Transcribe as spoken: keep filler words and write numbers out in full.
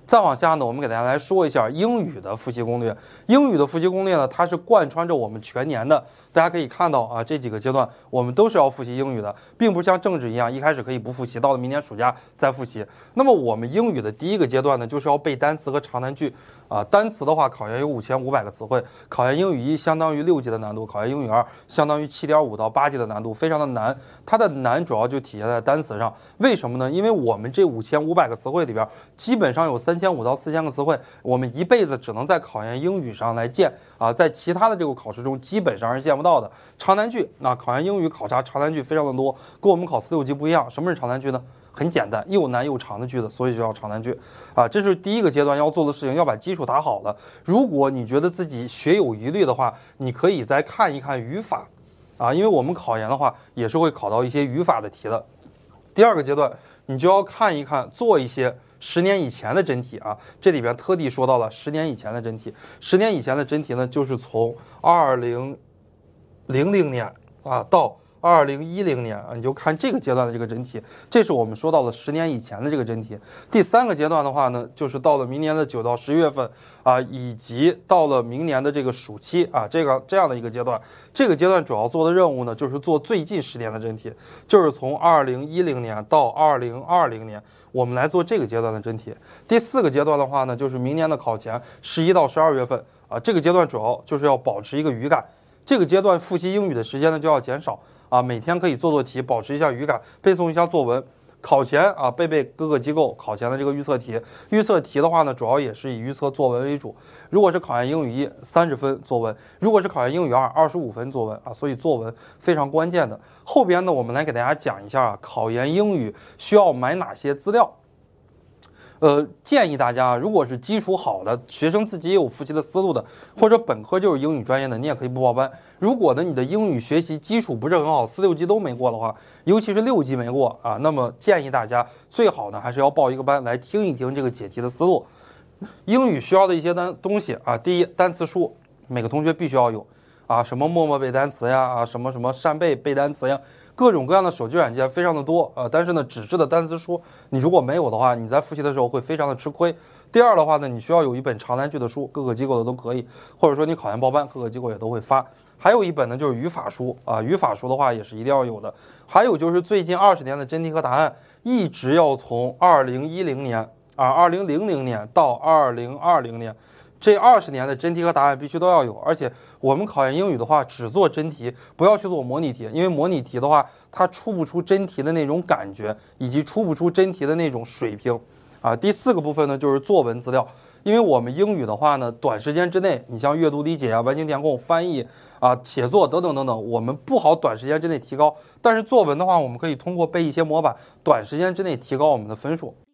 再往下呢，我们给大家来说一下英语的复习攻略。英语的复习攻略呢，它是贯穿着我们全年的。大家可以看到啊，这几个阶段我们都是要复习英语的，并不是像政治一样，一开始可以不复习，到了明年暑假再复习。那么我们英语的第一个阶段呢，就是要背单词和长难句啊。单词的话，考研有五千五百个词汇，考研英语一相当于六级的难度，考研英语二相当于七点五到八级的难度，非常的难。它的难主要就体现在单词上。为什么呢？因为我们这五千五百个词汇里边，基本上有三千五到四千个词汇，我们一辈子只能在考研英语上来见啊，在其他的这个考试中基本上是见不到的。长难句，那考研英语考察长难句非常的多，跟我们考四六级不一样。什么是长难句呢？很简单，又难又长的句子，所以就叫长难句啊。这是第一个阶段要做的事情，要把基础打好了。如果你觉得自己学有疑虑的话，你可以再看一看语法啊，因为我们考研的话也是会考到一些语法的题的。第二个阶段，你就要看一看，做一些十年以前的真题啊，这里边特地说到了十年以前的真题。十年以前的真题呢，就是从二零零零年啊到二零一零年啊，你就看这个阶段的这个真题，这是我们说到了十年以前的这个真题。第三个阶段的话呢，就是到了明年的九到十月份啊，以及到了明年的这个暑期啊，这个这样的一个阶段。这个阶段主要做的任务呢，就是做最近十年的真题，就是从二零一零年到二零二零年。我们来做这个阶段的真题。第四个阶段的话呢，就是明年的考前十一到十二月份啊，这个阶段主要就是要保持一个语感。这个阶段复习英语的时间呢就要减少啊，每天可以做做题，保持一下语感，背诵一下作文。考前啊，背背各个机构考前的这个预测题。预测题的话呢，主要也是以预测作文为主。如果是考研英语一，三十分作文；如果是考研英语二，二十五分作文啊。所以作文非常关键的。后边呢，我们来给大家讲一下啊，考研英语需要买哪些资料。呃，建议大家，如果是基础好的学生，自己也有复习的思路的，或者本科就是英语专业的，你也可以不报班。如果呢，你的英语学习基础不是很好，四六级都没过的话，尤其是六级没过啊，那么建议大家最好呢还是要报一个班来听一听这个解题的思路。英语需要的一些单东西啊，第一，单词书，每个同学必须要有。啊，什么默默背单词呀，啊，什么什么扇贝背单词呀，各种各样的手机软件非常的多啊。但是呢，纸质的单词书你如果没有的话，你在复习的时候会非常的吃亏。第二的话呢，你需要有一本长难句的书，各个机构的都可以，或者说你考研报班，各个机构也都会发。还有一本呢就是语法书啊，语法书的话也是一定要有的。还有就是最近二十年的真题和答案，一直要从二零一零年啊，二零零零年到二零二零年。这二十年的真题和答案必须都要有，而且我们考研英语的话，只做真题，不要去做模拟题，因为模拟题的话，它出不出真题的那种感觉，以及出不出真题的那种水平啊。第四个部分呢，就是作文资料，因为我们英语的话呢，短时间之内，你像阅读理解啊、完形填空、翻译啊、写作等等等等，我们不好短时间之内提高，但是作文的话，我们可以通过背一些模板，短时间之内提高我们的分数